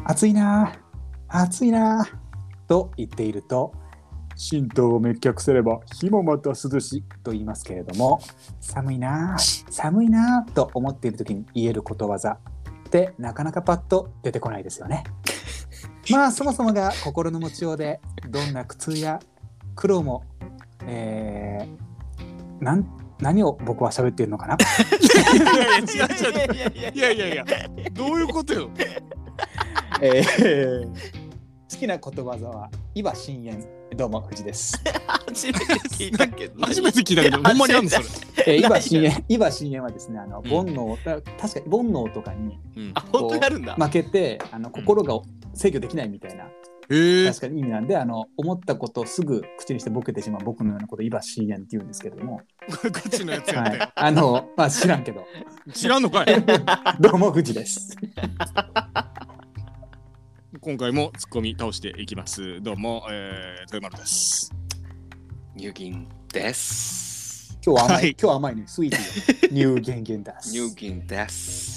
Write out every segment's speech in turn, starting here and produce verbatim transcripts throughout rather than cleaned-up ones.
暑いな暑いなと言っていると、神道を滅却すれば火もまた涼しと言いますけれども、寒いな寒いなと思っている時に言えることわざってなかなかパッと出てこないですよね。まあそもそもが心の持ちようで、どんな苦痛や苦労も、えー、なん何を僕は喋っているのかな。 いやいやいやいやいやいやいやどういうことよ。 えー、好きなことわざはイバ深淵。どうも藤です。 初めて聞いたけど初めて聞いたけどほんまにあんのそれ。 えー、イバ深淵イバ深淵はですね、あの煩悩、うん、確かに煩悩とかに、 うん、あ本当にあるんだ。 負けてあの心が制御できないみたいな、 うん、 確かに意味なんで、あの思ったことをすぐ口にしてボケてしまう僕のようなことをイバ深淵って言うんですけれども。 口のやつやって、はい、 あのまあ知らんけど。 知らんのかい。 どうも藤です。 今回もツッコミ倒していきます。どうも、えー、豊丸です。 ニューギンです。 今日は甘い、はい、今日は甘いね、スイーティー。ニューギンギンです。 ニューギンです。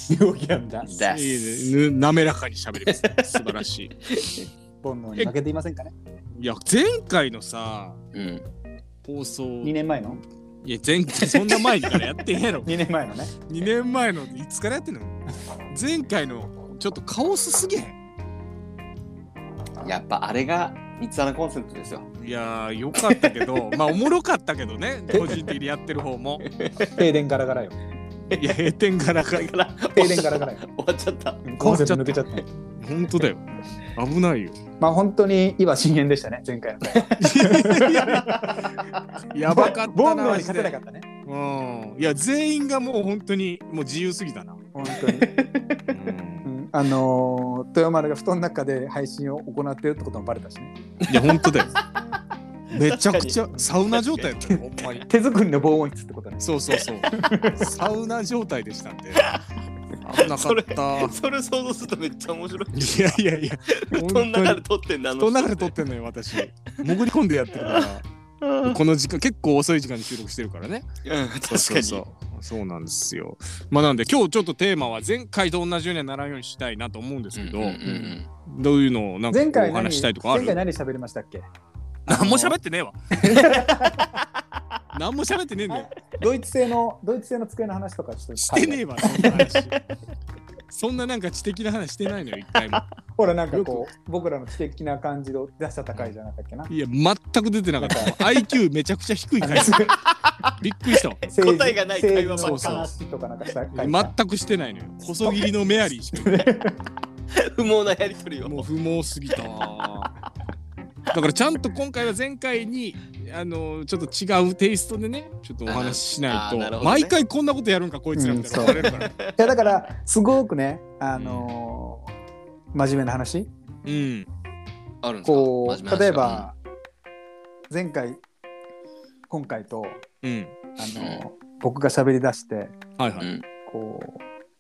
ニューギンです。 ですいいね、滑らかに喋ります、ね。素晴らしい。 煩悩に負けていませんかね。 いや前回のさ、 うん、 放放送にねんまえの。 いや前回そんな前からやってへんやろ。 にねんまえのね。 にねんまえのいつからやってんの。前回のちょっとカオスすぎへん。 やっぱあれが三つ穴コンセントですよ。 いやーよかったけどまあおもろかったけどね、個人的にやってる方も。 停電ガラガラよ。 いや閉店ガラガラ。 停電ガラガラよ。 終わっちゃった。 コンセント抜けちゃった。 本当だよ。危ないよ。 まあ本当に今深淵でしたね、前回の回。 やばかったな。 煩悩に勝てなかったね。 うん。いや全員がもう本当にもう自由すぎたな。 本当に。うん、あのー、豊丸が布団の中で配信を行ってるってこともバレたしね。 いや本当だよ。めちゃくちゃサウナ状態だったよ、ほんまに。 手作りの防音室ってことね。 そうそうそう。サウナ状態でしたんで。危なかった。 それ、それ想像するとめっちゃ面白い。 いやいやいや。 布団の中で撮ってんだ。 布団の中で撮ってんのよ私。潜り込んでやってるから。この時間結構遅い時間に収録してるからね。 うん、確かに。 そうそうそうなんですよ。まあなんで今日ちょっとテーマは前回と同じようにはならんようにしたいなと思うんですけど、うんうんうん、どういうのをなんかお話したいとかある？ 前回何喋りましたっけ？ 何も喋ってねえわ。何も喋ってねえんだよ。 ドイツ製のドイツ製の机の話とかちょっとしてねえわそんな話。そんななんか知的な話してないのよ一回も。 ほらなんかこう僕らの知的な感じを出しちゃった回じゃなかったっけな。 いや全く出てなかった。アイキュー めちゃくちゃ低い回。びっくりした。 答えがない会話ばっか話とかなんかした回。 全くしてないのよ。細切りのメアリーしか言ってない。 不毛なやり取りを。 もう不毛すぎた。だからちゃんと今回は前回にあのちょっと違うテイストでねちょっとお話ししないと、ね、毎回こんなことやるんかこいつらみたいな、うん、言われるから。いやだからすごくねあのー、真面目な話、 うん、 あるんですか。 こう例えば、うん、前回今回と、 うん、 あのーうん、僕が喋り出して、 はいはい、 こう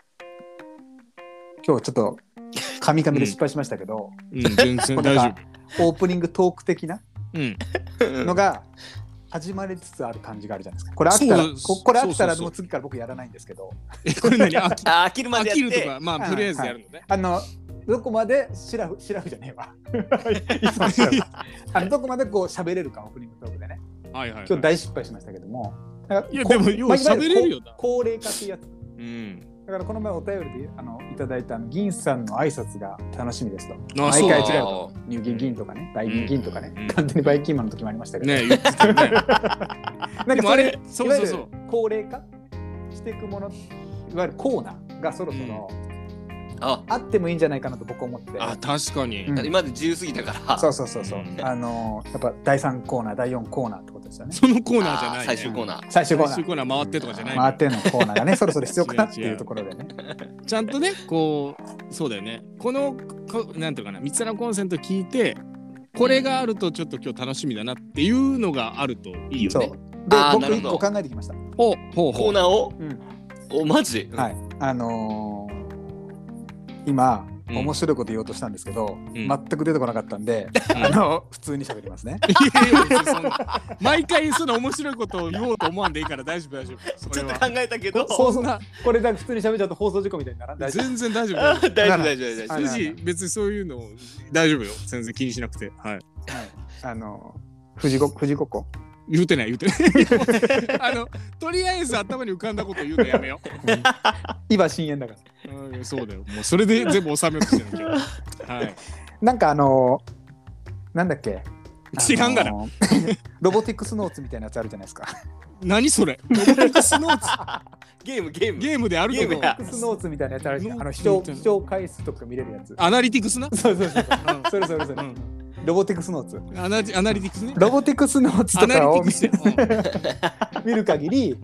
今日ちょっとカミカミで失敗しましたけど、 うんうん、全然大丈夫。 オープニングトーク的なのが始まりつつある感じがあるじゃないですか。これあったら、こ, これあったらもう次から僕やらないんですけど。 えこれ何飽き飽きるまでやって。 飽きるとかまあとりあえずやるのね。はい、 あのどこまでシラフシラフじゃねえわ。あのどこまでこう喋れるかオープニングトークでね。 はいはいはい、 今日大失敗しましたけども。 いやでもよう喋れるよな。 高齢化っていうやつ。 うん。 だからこの前お便りであのいただいたあの銀さんの挨拶が楽しみですと。 あ毎回違うと。ニューギンギンとかね、バイキンギンとかね、うん、完全にバイキンマンの時もありましたけど。 ね言ってたよね。 なんかそれそうそうそう高齢化していくもの、いわゆるコーナーがそろそろ、うん、あ, あってもいいんじゃないかなと僕は思って。 あ確かに。 うん、今まで自由すぎたから。 そうそうそうそう。うん、あのやっぱだいさんコーナーだいよんコーナーってことですよね。 そのコーナーじゃない、ね。 最終コーナー。 最終コーナー。 最終コーナー回ってとかじゃない、ね。 回ってのコーナーがねそろそろ必要かなっていうところでね。 ちゃんとねこうそうだよね。このこなんていうかな三つ穴コンセント聞いてこれがあるとちょっと今日楽しみだなっていうのがあるといいよね。 そうで僕一個考えてきました。 ほうほうほうコーナーを。 うん、 おマジ。 はい。あのー、今、 面白いこと言おうとしたんですけど、 うん、 全く出てこなかったんで、うん、あの普通に喋りますね。 いやいやそんな毎回その面白いことを言おうと思わんでいいから大丈夫大丈夫。 ちょっと考えたけどそんなこれだけ普通に喋っちゃうと放送事故みたいにならない。 全然大丈夫大丈夫大丈夫大丈夫大丈夫。別にそういうの大丈夫よ。全然気にしなくて。はい。はい、 あの富士ご富士五湖言うてない言うてないあのとりあえず頭に浮かんだこと言うのやめよう、うん、 今深淵だから、 うん、そうだよもうそれで全部収めようとしてるんだけど、はい、 なんかあのなんだっけ知らんがなロボティクスノーツみたいなやつあるじゃないですか。 何それロボティクスノーツゲームゲームゲームであるとロボティクスノーツみたいなやつあるじゃん。あの視聴視聴回数とか見れるやつ。 アナリティクスなそうそうそう、うん、それそれそれ、うん、ロボティクスノーツアナ、アナリティクスね。 ロボティクスノーツとかを見, 見る限り、うん、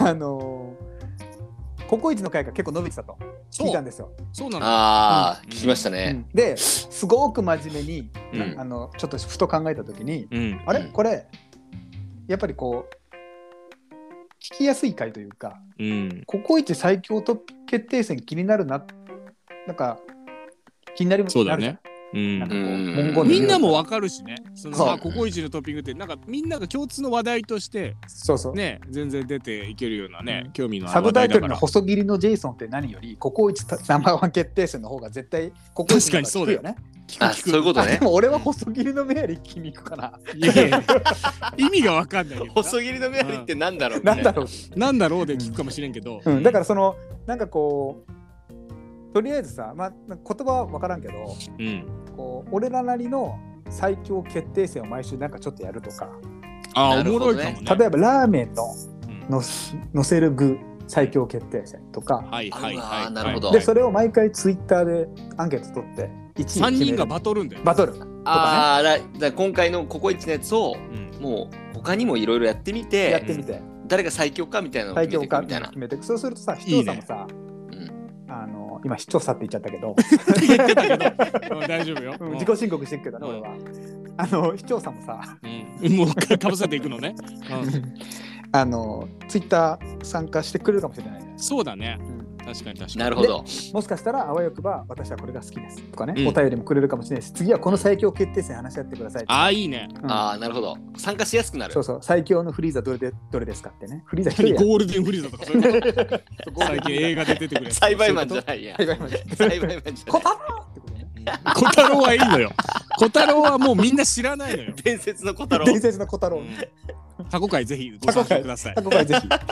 あのー、ココイチの回が結構伸びてたと聞いたんですよ。 そうなの。 ああ、うん、聞きましたね。 うん、ですごく真面目に、うん、あのちょっとふと考えた時に、うん、あれこれやっぱりこう聞きやすい回というか、うん、ココイチ最強トップ決定戦気になるな、なんか気になります。 そうだね。うん、なんかこうみんなもわかるしね。そのココイチのトッピングってなんかみんなが共通の話題としてそうそうね全然出ていけるようなね、うん、興味のある話題だから。サブタイトルの細切りのジェイソンって何よりココイチナンバーワン決定戦の方が絶対ココイチの方が聞くよね。 聞く聞く。あ、そういうことね。 でも俺は細切りのメアリー聞きに行くかな。 いやいや意味がわかんないけど。 細切りのメアリーってなんだろう、ね。 なんだろう。なんだろうで聞くかもしれんけど。 うんうん、だからそのなんかこう。とりあえずさ、まあ、言葉は分からんけど、うん、こう俺らなりの最強決定戦を毎週なんかちょっとやるとか。 ああ、おもろいかもね。 例えばラーメンのの、うん、のせる具最強決定戦とか、 はいはいはい、 なるほど。 でそれを毎回ツイッターでアンケート取っていちいさんにんがバトるんだよ。 バトルとか、ね、 ああ、だだ今回のココイチのやつを、うん、もう他にもいろいろやってみてやってみて、うん、 誰が最強かみたいなのを決めていくみたいな。 決めていく。そうするとさ、視聴者もさ、いいね、あの今視聴者って言っちゃったけど言ってたけど大丈夫よ、 うん、自己申告してるけどね、うん、俺はあの視聴者もさ、 うん、もうかぶせていくのね、うん、 あのツイッター参加してくれるかもしれないね。 そうだね、うん、確かに確かに。 なるほど。 もしかしたらあわよくば私はこれが好きですとかね、うん、お便りもくれるかもしれないし、次はこの最強決定戦話し合ってください。 ああいいね、 うん、ああなるほど。参加しやすくなる。 そうそう、最強のフリーザどれでどれですかってね。フリーザ一人やゴールデンフリーザとかそういうこと最近映画で出てくる栽培マンじゃないや。栽培マンじゃない。 小太郎ってことね。 小太郎はいいのよ。小太郎はもうみんな知らないのよ。 伝説の小太郎。 伝説の小太郎。 うん、タコ会ぜひご参加ください。 タコ会ぜひ。はい。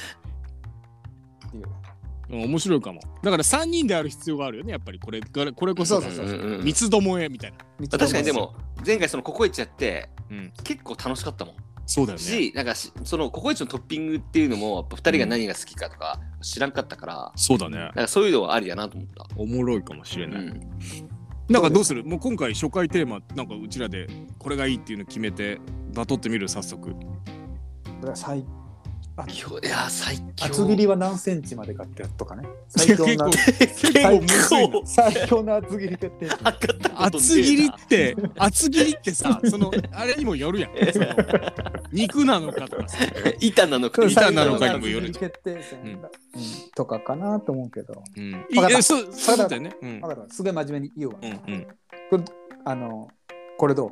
面白いかも。だからさんにんである必要があるよね、やっぱりこれこれこそ三つどもえみたいな。 確かにでも前回そのココイチやって、うん、結構楽しかったもん。 そうだよね。 し、なんかそのココイチのトッピングっていうのもやっぱふたりが何が好きかとか知らんかったから、 うん、そうだね。 なんかそういうのはありだなと思った。 おもろいかもしれない。うん、なんかどうする？もう今回初回テーマなんかうちらでこれがいいっていうの決めてバトってみる早速。 だから最あいや最強厚切りは何センチまでかってやつとかね。最強な最強最強な厚切り決定。 厚切りって厚切りってさ、そのあれにもよるやん。肉なのかとかさ、 板なのか板なのかにもよるじゃん。 決定戦、うん、とかかなと思うけど。 うん、いやそうそうだよね。 うん、分かった。すごい真面目に言うわ。うんうん、これあのこれどう？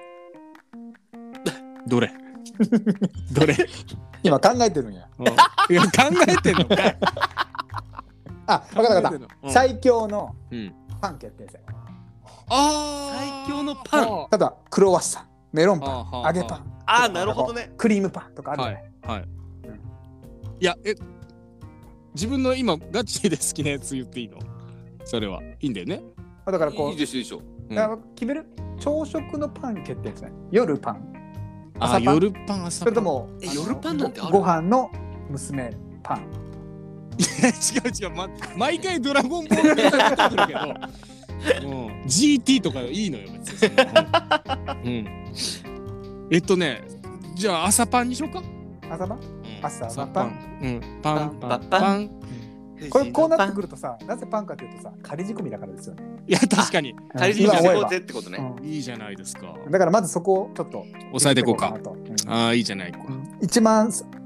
どれ？どれ？ 今考えてるんや。 うん、いや考えてんのかい。 あ、分かった分かった。うん、最強のパン決定戦。うん、 ああ、 最強のパン。 ただクロワッサン、メロンパン、揚げパン。 ああ、なるほどね。 クリームパンとかあるよね。 はい。はい。うん、いやえ自分の今ガチで好きなやつ言っていいの？それはいいんだよね。 だからこういいでしょいいでしょ。 うん、決める朝食のパン決定ですね。夜パン。 あ、夜パン、朝パン。 それともえ夜パンなんてある？ ご飯の娘パン。 いや違う違う、ま、毎回ドラゴンボールで出てくるけど、うん、ジーティー とかいいのよ別に、うんうん、えっとねじゃあ朝パンにしようか。 朝パン、うん、朝朝パン、 うん、パンパンパン。 これこうなってくるとさ、なぜパンかというとさ、仮仕込みだからですよね。 いや確かに仮仕込みしてこうぜってことね、 うん、いいじゃないですか。 だからまずそこをちょっと押さえていこうか。うん、ああいいじゃないか。 一番仮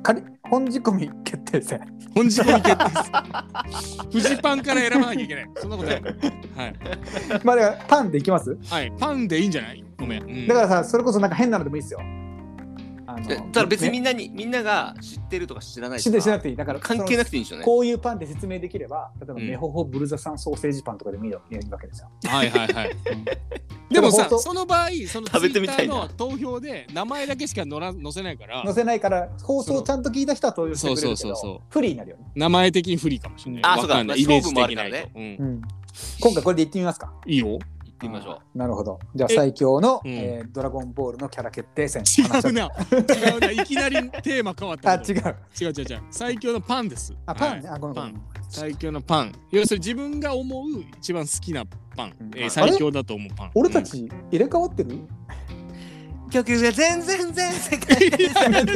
本仕込み決定戦。 本仕込み決定ですフジパンから選ばなきゃいけない。そんなことない。はい。 まあだからパンでいきます？ はい。パンでいいんじゃない？ごめん。うん、 だからさ、それこそなんか変なのでもいいですよ。あのだから別にみねんなに、みんなが知ってるとか知らないとか知ってしなくていい。だから関係なくていいんですよね。 こういうパンで説明できれば、例えばうんメホホブルザさんソーセージパンとかでもいいわけですよ。 はいはいはい。でもさ放送その場合そのツ食べイッターてみたいなの投票で名前だけしか載ら載せないから載せないから放送をちゃんと聞いた人は投票してくれるけど、 そうそうそうそう不利になるよね。 名前的に不利かもしれない。 あそうかわんないまあイメージできない勝負もあるからねと。うんうん今回これでいってみますか。 いいよ。 行ってみましょなるほど。じゃあえ最強の、 うんえードラゴンボールのキャラ決定戦。 違うな違うないきなりテーマ変わったあ、 けど。 違う。 違う違う違う最強のパンです。 あ、パンね。 はいあ、ごめんごめん。 最強のパン。要するに自分が思う一番好きなパン、 うんえー最強だと思うパン。 俺たち入れ替わってる？ う。曲が全然全世界でいや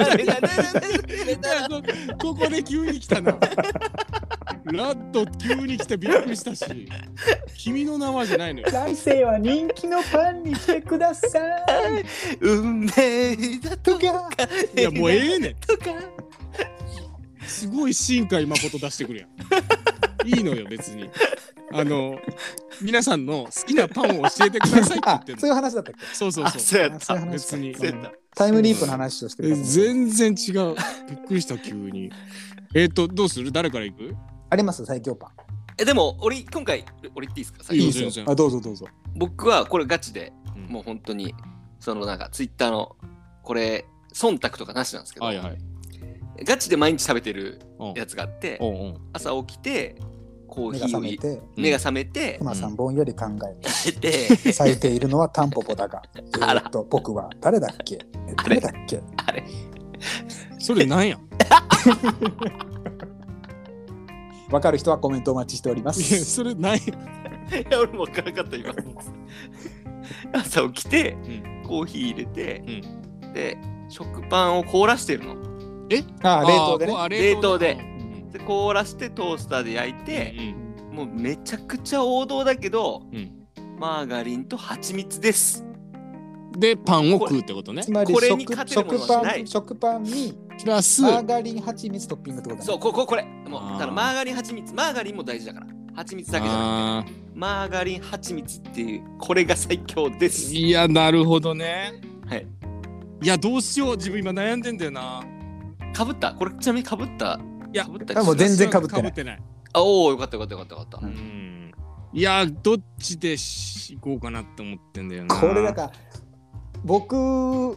こここで急に来たな。ラッド急に来てびっくりしたし、君の名はじゃないのよ。 来世は人気のパンにしてください。 運命だとかいやもうええねん。 とかすごい新海誠出してくるやん。いいのよ別に。あの皆さんの好きなパンを教えてくださいって言あっ、てるそういう話だったっけ？ そうそうそう。 あそうやったあそういう話別にそうやったタイムリープの話をしてえる。 全然違う。びっくりした急に。えっ、ー、とどうする？誰から行く？ あります最強パン。 えでも俺今回俺言っていいですか最いい初よ全然あ、どうぞどうぞ。 僕はこれガチでうんもう本当にそのなんかツイッターのこれ忖度とかなしなんですけど、 はいはい。 ガチで毎日食べてるうんやつがあっておうおう朝起きてコー目ヒーをいが覚めて、 目が覚めてクマさんぼんやり考えて、 で咲いているのはタンポポだが、えあらーっと僕は誰だっけ？えあれ誰だっけ？ あれそれなんや？ わかる人はコメントお待ちしておりまいやす。 それない。 いや俺も分からなかった今朝起きてうんコーヒー入れて、で食パンを凍らしてるのあ、冷凍でね。 あー冷凍でうんで凍らしてトースターで焼いて、 うんもうめちゃくちゃ王道だけど、 うんマーガリンと蜂蜜ですでパンを食うってことねつ。まりこれに食勝てるもの食パはないン食パンにプラスマーガリン蜂蜜トッピングってことだね。 そうこここれもうあーだからマーガリン蜂蜜マーガリンも大事だから蜂蜜だけじゃなあくてマーガリン蜂蜜っていうこれが最強ですーいやなるほどね。 はいいやどうしよう自分今悩んでんだよな。 かぶったこれちなみにかぶったいやかぶったあもう全然被ってない被ってない。 あおおよかったよかったよかったよかった、 うんうんいやどっちでし行こうかなって思ってんだよな。 これだから僕行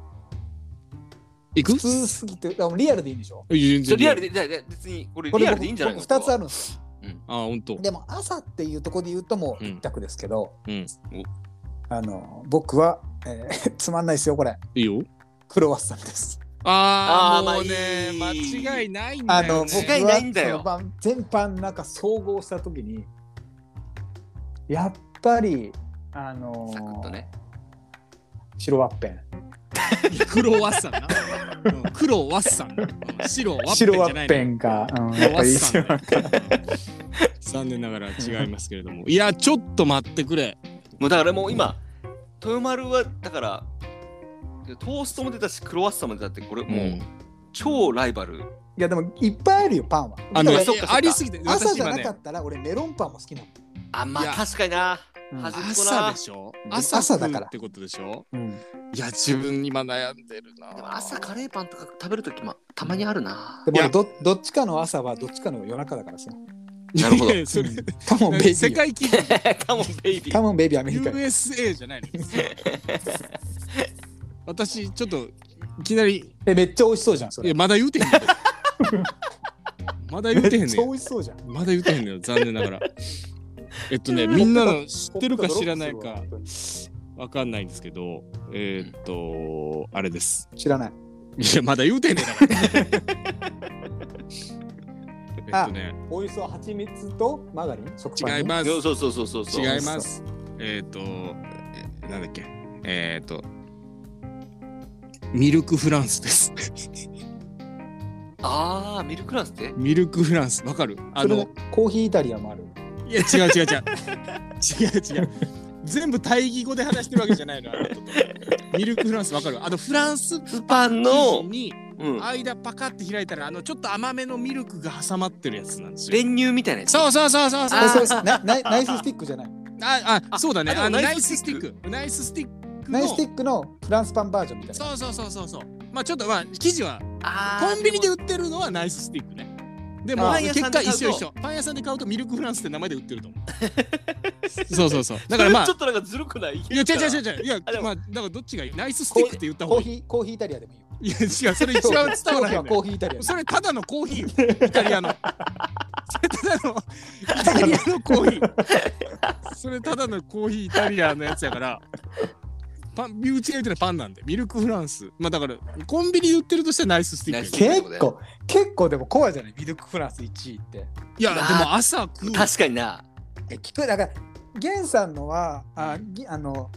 く？ 普通すぎてあリアルでいいんでしょ？ いや全然ちょリアルでじゃあじゃあ別にこれこれリアルでいいんじゃないのふたつあるんですあ本当。 でも朝っていうところで言うともう一択ですけど、 うんあの僕は、えーつまんないですよこれいいよ。 クロワッサンです。 あーもうあーまあねいい間違いないんだあよね。 の僕間違いないんだよはそのパン全般なんか総合した時にやっぱりあのーサクッとね白ワッペン黒ワッサンな。うん黒ワッサンな。うん白ワッペン白ワじゃないの。 ッペンが、うん、やっぱり一番残念ながら違いますけれども。いやちょっと待ってくれ。 もうだからもう今豊丸はだからトーストも出たしクロワッサンも出たってこれもう、 うん超ライバルいやでもいっぱいあるよパンは。 あのだからそっかそっかありすぎて朝じゃ私今ねなかったら俺メロンパンも好きなの。 あまあいや確かになうん端っこな朝でしょ。朝朝だから食うってことでしょ。 うんいや自分今悩んでるな。 でも朝カレーパンとか食べるときもたまにあるなでもいや俺どどっちかの朝はどっちかの夜中だからさ。 なるほどいやそれカモンベイビー。 世界基準カモンベイビーカモンベイビーアメリカ。 ユーエスエー じゃないの。私ちょっといきなりえめっちゃ美味しそうじゃんそれ。 いやまだ言うてへんねん。まだ言うてへんめっちゃ美ね味しそうじゃん。 ん。まだ言うてへんねんよ残念ながら。えっとねみんなの知ってるか知らないかわかんないんですけどえー、っとあれです。 知らない。 いやまだ言うてんねんだから。えっとねおいしそう蜂蜜とマーガリン食パンに違います。 そうそうそうそうそう違います。えっ、ー、と、えなんだっけ、えっ、ー、と、ミルクフランスです。 ああミルクランスってミルクフランス、わかる？あそれの、 コーヒーイタリアもある。 いや違う違う違う。違う違う。全部対義語で話してるわけじゃないの。あの人とミルクフランスわかる？あのフランスパンの生地にうん間パカって開いたらあのちょっと甘めのミルクが挟まってるやつなんですよ。 練乳みたいなやつ。 そうそうそうそうそう。 あそうそうナナイナイススティックじゃない。 ああそうだね。 あでもあのナナイイススティッススティックナイススティックナイススティのックのフランスパンバージョンみたいな。 そうそうそうそうそう。まあちょっとまあ生地はあーコンビニで売ってるのはナイススティックね。でもあパン屋結さんで買うと果一緒一緒。パン屋さんで買うとミルクフランスって名前で売ってると思う。そうそうそう。だからまあちょっとなんかずるくない？ いや違う違う違う違ういやあでもまあだからどっちがいい？ナイススティックって言った方がいい。 コーヒーコーヒーイタリアでもいいよ。 いや違うそれ一番伝わら商品はへんねん。 コーヒーイタリア。 それただのコーヒーイタリアの。それただのイタリアのコーヒー。それただのコーヒーイタリアのやつやから。パンうちが言ってるパンなんでミルクフランス。まあだからコンビニで売ってるとしてはナイススティックや。 結構結構でもコアじゃないミルクフランスいちいって。 いやでも朝食う。 確かにな。 え聞くだからゲンさんのはあぎあの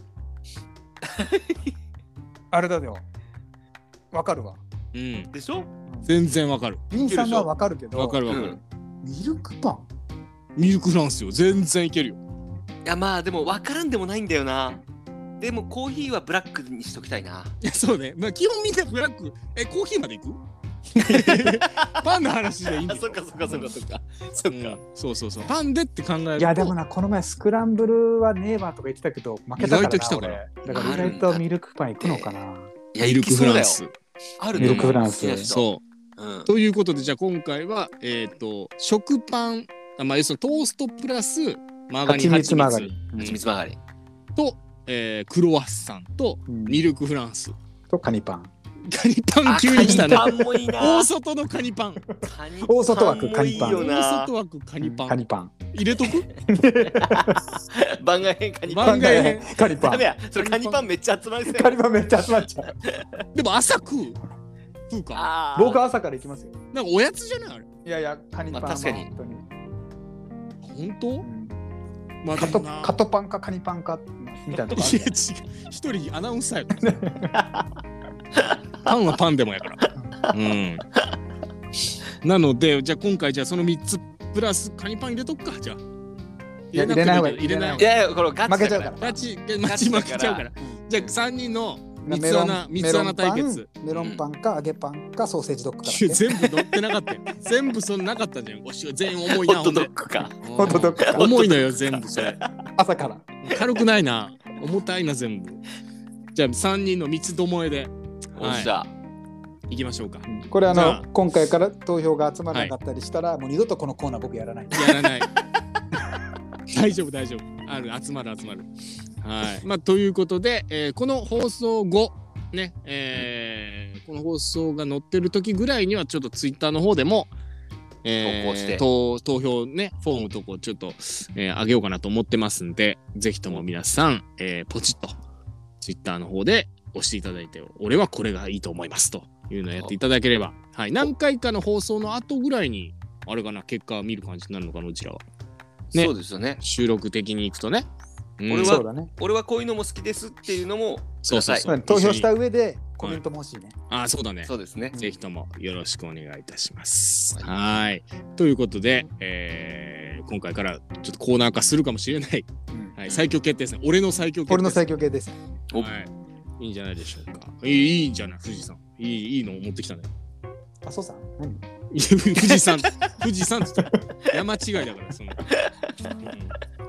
あれだよわかるわ。 うん。 でしょ？ 全然わかる。 リンさんのはわかるけど。 わかるわかる。 うんミルクパン。 ミルクフランスよ。全然いけるよ。 いやまあでも分からんでもないんだよな。でもコーヒーはブラックにしときたいな。 いやそうね。まあ基本みんなブラック。えコーヒーまで行く？パンの話でいいんだあよ。 そっかそっかそっかそっか。そっか。 うんそうそうそう。パンでって考えると。 いやでもなこの前スクランブルはネーバーとか言ってたけど負けたからな意外と来たから俺だから意外とミルクパン行くのかな。 いやミルクフランス。 あるミルクフランス好きな人そう。 うん。 ということでじゃあ今回はえっ、と食パンあまあ要するにトーストプラスマーガリン蜂蜜マーガリンうん蜂蜜曲がり。 と、えークロワッサンとうんミルクフランス。 とカニパン。 カニパン急に来たね。 カニパンもいいな。 大外のカニパン。 カニ大外枠カニパンもいいよ大な。 外枠カニパン。 カニパン。 入れとく？ 番外編カニパン。 番外編。 カニパン。 ダメや。それカニパンめっちゃ集まりそうや。 カニパンめっちゃ集まっちゃう。 でも朝食う？食うか。 あー僕は朝から行きますよ。 なんかおやつじゃないあれ。 いやいやカニパンはまあ確かに本当に。 本当？ うんまあカトでもな。 カトパンかカニパンかみたいなとこあいや違うるね。 一人アナウンサーやパンはパンでもやからうんなのでじゃあ今回じゃあそのみっつプラスカニパン入れとくかじゃあいや入れない方がいい入れないいやいやこれガチだ負けちゃうからガチガチ負けちゃうからじゃあさんにんの三つメロン穴三つ穴対決メロンパンか揚げパンかソーセージドッグかだっけ。 全部乗ってなかったよ全部そんななかったじゃんわしは全員重いホットなほんでドッグか。 ホットドッグか重いのよ全部それ朝から。 軽くないな重たいな全部じゃあさんにんの三つどもえでおっしゃ。 いきましょうかこれあじゃあの今回から投票が集まらなかったりしたら、もう二度とこのコーナー僕やらない。 やらない。大丈夫大丈夫。ある集まる集まる。はい。まあということで、えーこの放送後ね、えーこの放送が載ってる時ぐらいにはちょっとツイッターの方でも、えー投稿して投投票ねフォームとこちょっと、えー上げようかなと思ってますんで、ぜひとも皆さん、えーポチッとツイッターの方で押していただいて、俺はこれがいいと思いますというのをやっていただければ、はい。何回かの放送の後ぐらいにあれかな結果見る感じになるのかなうちらは。ねそうですよね。 収録的にいくとね。うん俺はそうだね。 俺はこういうのも好きですっていうのもそうそうそう。 投票した上でコメントも欲しいね。 ああ、そうだね。 そうですね。 ぜひともよろしくお願いいたします。 はいはい。ということで、えー今回からちょっとコーナー化するかもしれない、 うんはい、最強決定戦。俺の最強決定戦。 俺の最強系です。 おはい。いいんじゃないでしょうか。いいいいんじゃない富士山。いいいいのを持ってきたね。 あ、そうさん。何？ いや富士山、富士山って言ったら山違いだから、その。うん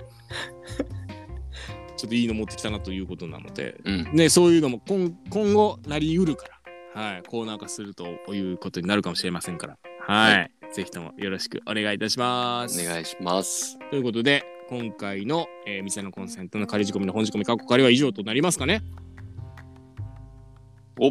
ちょっといいの持ってきたなということなので、 うん。 ね、そういうのも今今後なりうるから、はい、コーナー化するということになるかもしれませんから、はい、 はぜひともよろしくお願いいたします。 お願いします。 ということで、今回の、えー店のコンセントの仮仕込みの本仕込み、過去仮は以上となりますかね。 お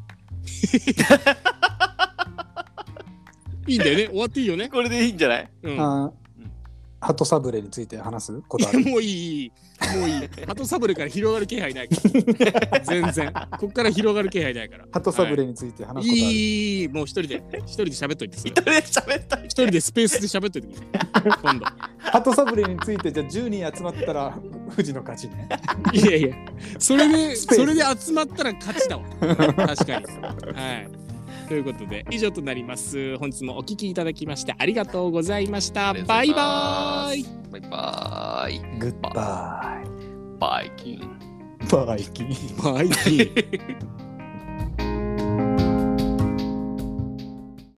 いいんだよね、終わっていいよね。 これでいいんじゃない？ うん、 あハトサブレについて話すことある？ もういい、もういい。鳩サブレから広がる気配ないから。全然。こっから広がる気配ないから。 ハトサブレについて話すことある？ いい、もう一人で、一人で喋っといて。それ一人で喋った一人でスペースで喋っといてくれ。今度。 ハトサブレについてじゃあじゅうにん集まったら富士の勝ちね。 いやいや、それで、 スペースそれで集まったら勝ちだわ。確かに。はい。ということで、以上となります。本日もお聞きいただきましてありがとうございました。バイバーイ。 バイバイ。 グッババイキン。 イ。バイキン。 バイキン。